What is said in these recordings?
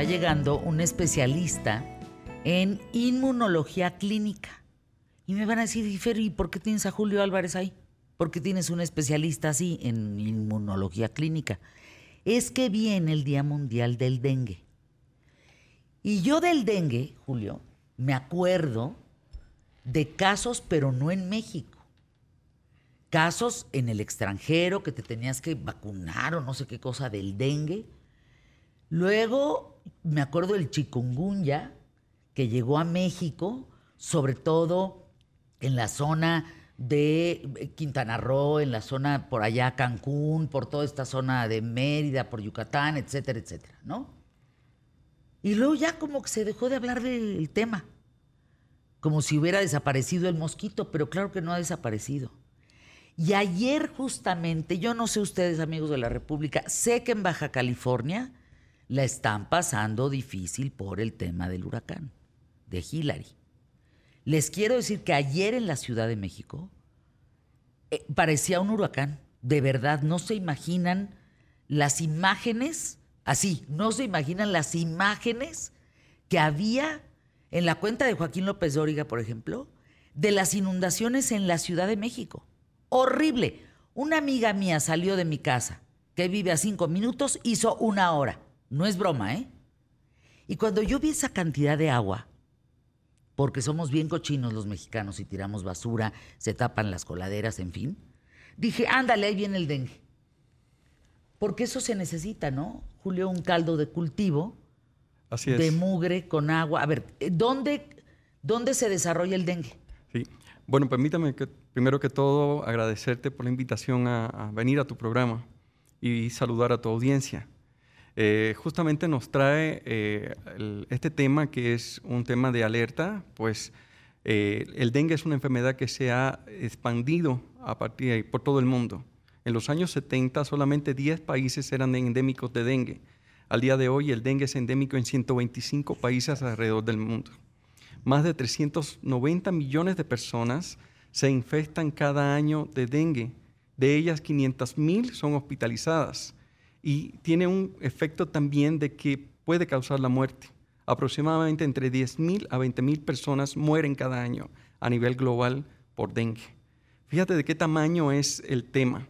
va llegando un especialista en inmunología clínica. Y me van a decir, Fer, ¿y por qué tienes a Julio Álvarez ahí? ¿Por qué tienes un especialista así en inmunología clínica? Es que viene el Día Mundial del Dengue. Y yo del dengue, Julio, me acuerdo de casos, pero no en México. Casos en el extranjero que te tenías que vacunar o no sé qué cosa del dengue. Luego me acuerdo del chikungunya que llegó a México, sobre todo en la zona de Quintana Roo, en la zona por allá Cancún, por toda esta zona de Mérida, por Yucatán, etcétera, etcétera, ¿no? Y luego ya como que se dejó de hablar del tema, como si hubiera desaparecido el mosquito, pero claro que no ha desaparecido. Y ayer justamente, yo no sé ustedes, amigos de la República, sé que en Baja California la están pasando difícil por el tema del huracán, de Hillary. Les quiero decir que ayer en la Ciudad de México parecía un huracán. De verdad, no se imaginan las imágenes, así, no se imaginan las imágenes que había en la cuenta de Joaquín López Dóriga, por ejemplo, de las inundaciones en la Ciudad de México. Horrible. Una amiga mía salió de mi casa, que vive a 5 minutos, hizo 1 hora. No es broma, ¿eh? Y cuando yo vi esa cantidad de agua, porque somos bien cochinos los mexicanos y tiramos basura, se tapan las coladeras, en fin, dije, ándale, ahí viene el dengue. Porque eso se necesita, ¿no, Julio? Un caldo de cultivo. Así es. De mugre con agua. A ver, ¿dónde se desarrolla el dengue? Sí. Bueno, permítame que, primero que todo agradecerte por la invitación a venir a tu programa y saludar a tu audiencia. Justamente nos trae este tema que es un tema de alerta, pues el dengue es una enfermedad que se ha expandido por todo el mundo. En los años 70 solamente 10 países eran endémicos de dengue. Al día de hoy el dengue es endémico en 125 países alrededor del mundo. Más de 390 millones de personas se infectan cada año de dengue. De ellas 500,000 son hospitalizadas. Y tiene un efecto también de que puede causar la muerte. Aproximadamente entre 10,000 a 20,000 personas mueren cada año a nivel global por dengue. Fíjate de qué tamaño es el tema.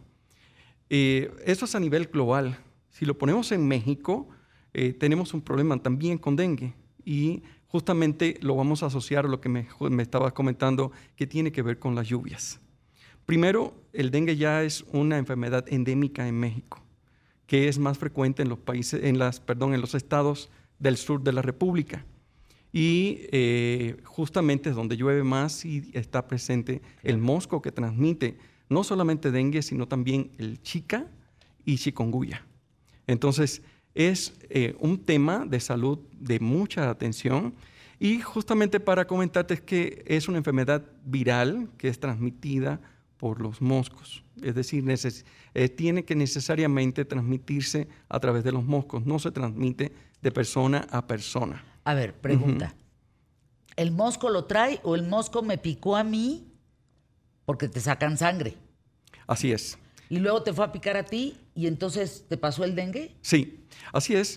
Eso es a nivel global. Si lo ponemos en México, tenemos un problema también con dengue. Y justamente lo vamos a asociar a lo que me estabas comentando, que tiene que ver con las lluvias. Primero, el dengue ya es una enfermedad endémica en México, que es más frecuente en los estados del sur de la República. Y justamente es donde llueve más y está presente el mosco que transmite no solamente dengue, sino también el Zika y chikungunya. Entonces, es un tema de salud de mucha atención. Y justamente para comentarte es que es una enfermedad viral que es transmitida por los moscos. Es decir, tiene que necesariamente transmitirse a través de los moscos. No se transmite de persona a persona. A ver, pregunta. ¿El mosco lo trae o el mosco me picó a mí porque te sacan sangre? Así es. ¿Y luego te fue a picar a ti y entonces te pasó el dengue? Sí, así es.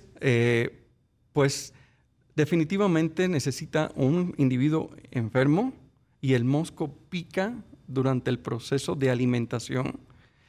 Pues definitivamente necesita un individuo enfermo y el mosco pica durante el proceso de alimentación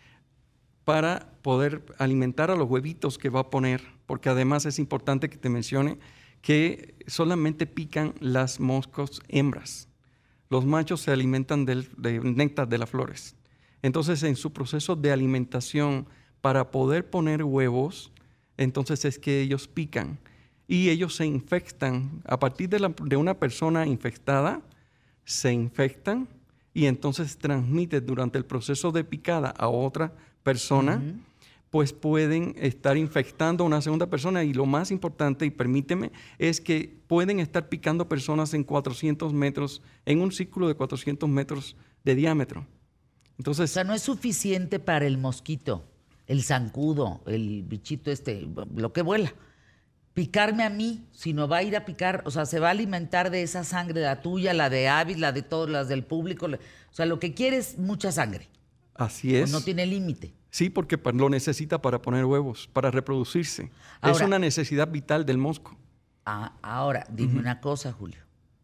para poder alimentar a los huevitos que va a poner, porque además es importante que te mencione que solamente pican las moscos hembras. Los machos se alimentan del néctar de las flores. Entonces, en su proceso de alimentación, para poder poner huevos, entonces es que ellos pican y ellos se infectan. A partir de una persona infectada, se infectan y entonces transmiten durante el proceso de picada a otra persona, pues pueden estar infectando a una segunda persona. Y lo más importante, y permíteme, es que pueden estar picando personas en 400 metros, en un círculo de 400 metros de diámetro. Entonces, o sea, no es suficiente para el mosquito, el zancudo, el bichito lo que vuela, picarme a mí, sino va a ir a picar, o sea, se va a alimentar de esa sangre, la tuya, la de Avis, la de todas las del público. O sea, lo que quiere es mucha sangre. Así es. Pues no tiene límite. Sí, porque lo necesita para poner huevos, para reproducirse. Ahora, es una necesidad vital del mosco. Ahora, dime una cosa, Julio.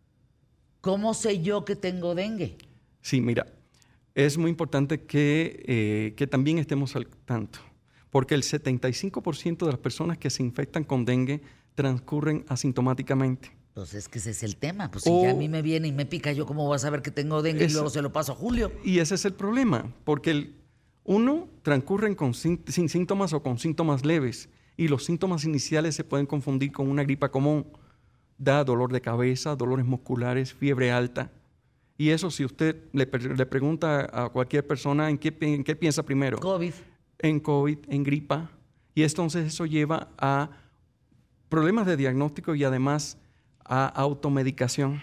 ¿Cómo sé yo que tengo dengue? Sí, mira, es muy importante que también estemos al tanto, porque el 75% de las personas que se infectan con dengue transcurren asintomáticamente. Pues es que ese es el tema. Pues si ya a mí me viene y me pica, ¿yo cómo voy a saber que tengo dengue y luego se lo paso a Julio? Y ese es el problema, porque uno transcurren sin síntomas o con síntomas leves, y los síntomas iniciales se pueden confundir con una gripa común. Da dolor de cabeza, dolores musculares, fiebre alta. Y eso, si usted le pregunta a cualquier persona en qué piensa primero. COVID. En COVID, en gripa. Y entonces eso lleva a problemas de diagnóstico y además a automedicación.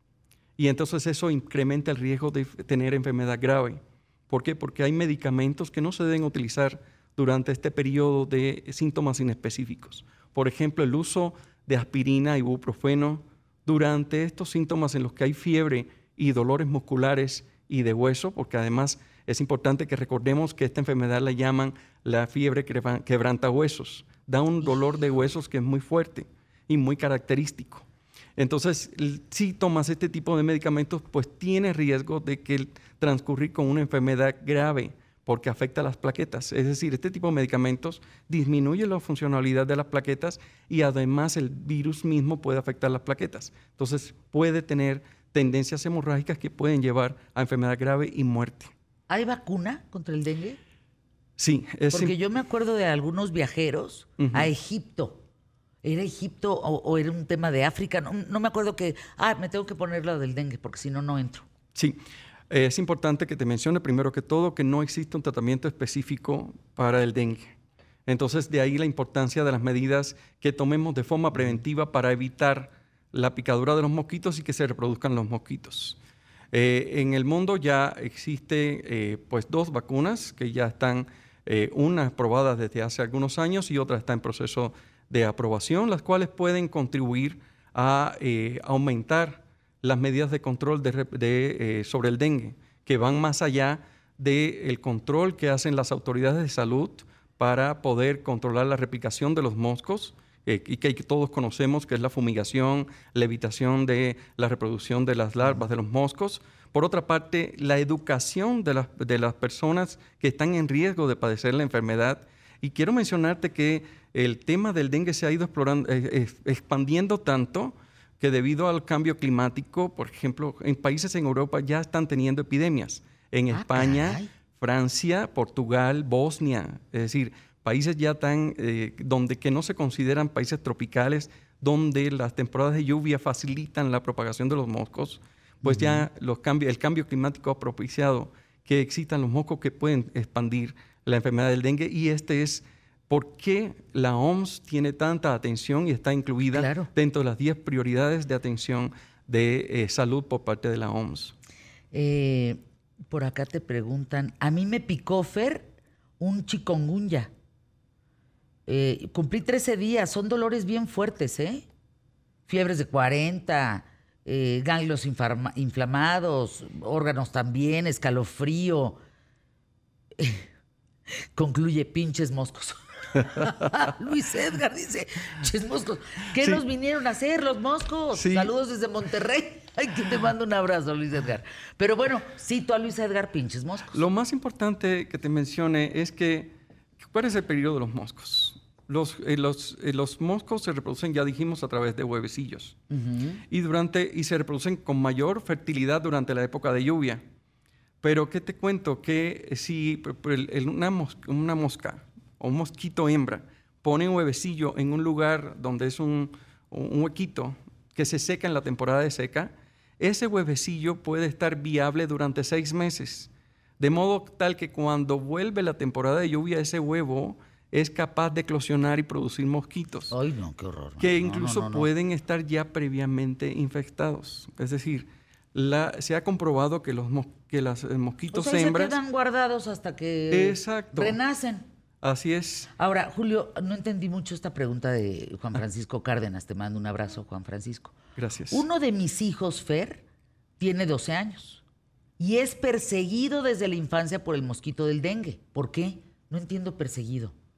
Y entonces eso incrementa el riesgo de tener enfermedad grave. ¿Por qué? Porque hay medicamentos que no se deben utilizar durante este periodo de síntomas inespecíficos. Por ejemplo, el uso de aspirina y ibuprofeno durante estos síntomas en los que hay fiebre y dolores musculares y de hueso, porque además es importante que recordemos que esta enfermedad la llaman la fiebre quebrantahuesos. Da un dolor de huesos que es muy fuerte y muy característico. Entonces, si tomas este tipo de medicamentos, pues tiene riesgo de que transcurrir con una enfermedad grave, porque afecta a las plaquetas. Es decir, este tipo de medicamentos disminuye la funcionalidad de las plaquetas y además el virus mismo puede afectar las plaquetas. Entonces, puede tener tendencias hemorrágicas que pueden llevar a enfermedad grave y muerte. ¿Hay vacuna contra el dengue? Sí. Porque yo me acuerdo de algunos viajeros a Egipto. ¿Era Egipto o era un tema de África? No me acuerdo que... me tengo que poner la del dengue porque si no, no entro. Sí. Es importante que te mencione primero que todo que no existe un tratamiento específico para el dengue. Entonces, de ahí la importancia de las medidas que tomemos de forma preventiva para evitar la picadura de los mosquitos y que se reproduzcan los mosquitos. En el mundo ya existe pues 2 vacunas que ya están, una aprobada desde hace algunos años y otra está en proceso de aprobación, las cuales pueden contribuir a aumentar las medidas de control sobre el dengue, que van más allá del control que hacen las autoridades de salud para poder controlar la replicación de los moscos, y que todos conocemos, que es la fumigación, la evitación de la reproducción de las larvas de los moscos. Por otra parte, la educación de las personas que están en riesgo de padecer la enfermedad. Y quiero mencionarte que el tema del dengue se ha ido expandiendo tanto que debido al cambio climático, por ejemplo, en países en Europa ya están teniendo epidemias. En España, caray. Francia, Portugal, Bosnia, es decir, países ya tan donde que no se consideran países tropicales, donde las temporadas de lluvia facilitan la propagación de los moscos, pues ya el cambio climático ha propiciado que existan los moscos que pueden expandir la enfermedad del dengue, y este es por qué la OMS tiene tanta atención y está incluida dentro de las 10 prioridades de atención de salud por parte de la OMS. Por acá te preguntan, a mí me picó, Fer, un chikungunya. Cumplí 13 días, son dolores bien fuertes, fiebres de 40, ganglios inflamados, órganos también, escalofrío. Concluye, pinches moscos. Luis Edgar dice, pinches moscos. ¿Qué nos vinieron a hacer los moscos? Sí. Saludos desde Monterrey. Ay, que te mando un abrazo, Luis Edgar. Pero bueno, cito a Luis Edgar, pinches moscos. Lo más importante que te mencione es que, ¿cuál es el periodo de los moscos? Los moscos se reproducen, ya dijimos, a través de huevecillos. Y se reproducen con mayor fertilidad durante la época de lluvia. Pero, ¿qué te cuento? Que si una mosca o un mosquito hembra pone un huevecillo en un lugar donde es un huequito que se seca en la temporada de seca, ese huevecillo puede estar viable durante 6 meses. De modo tal que cuando vuelve la temporada de lluvia, ese huevo es capaz de eclosionar y producir mosquitos. ¡Ay, no, qué horror! Que incluso pueden estar ya previamente infectados. Es decir, se ha comprobado que los mosquitos hembras... se quedan guardados hasta que renacen. Así es. Ahora, Julio, no entendí mucho esta pregunta de Juan Francisco Cárdenas. Te mando un abrazo, Juan Francisco. Gracias. Uno de mis hijos, Fer, tiene 12 años y es perseguido desde la infancia por el mosquito del dengue. ¿Por qué? No entiendo perseguido.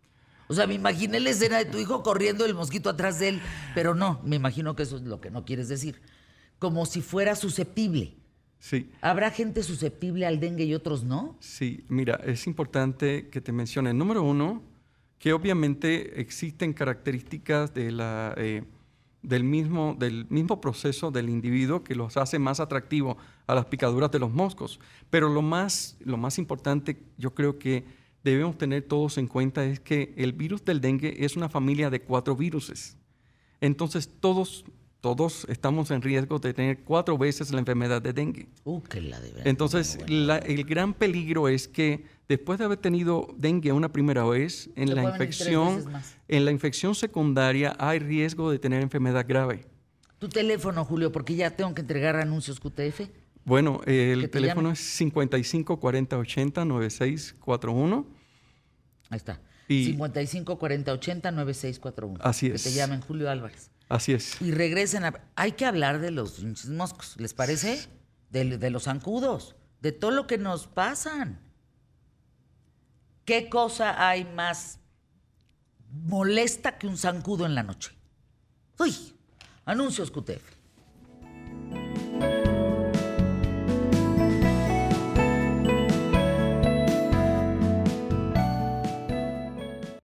O sea, me imaginé la escena de tu hijo corriendo, el mosquito atrás de él, pero no, me imagino que eso es lo que no quieres decir. Como si fuera susceptible. Sí. ¿Habrá gente susceptible al dengue y otros no? Sí, mira, es importante que te mencione, número uno, que obviamente existen características del mismo proceso del individuo que los hace más atractivos a las picaduras de los moscos. Pero lo más importante, yo creo que debemos tener todos en cuenta es que el virus del dengue es una familia de 4 viruses. Entonces, todos estamos en riesgo de tener 4 veces la enfermedad de dengue. Que la de verdad. Entonces, el gran peligro es que después de haber tenido dengue una primera vez, en la infección secundaria hay riesgo de tener enfermedad grave. Tu teléfono, Julio, porque ya tengo que entregar anuncios QTF. Bueno, el teléfono es 55 40 80 9641. Ahí está. 55 40 80 9641. Así es. Que te llamen Julio Álvarez. Así es. Y regresen Hay que hablar de los moscos, ¿les parece? De los zancudos, de todo lo que nos pasan. ¿Qué cosa hay más molesta que un zancudo en la noche? Uy, anuncios QTF.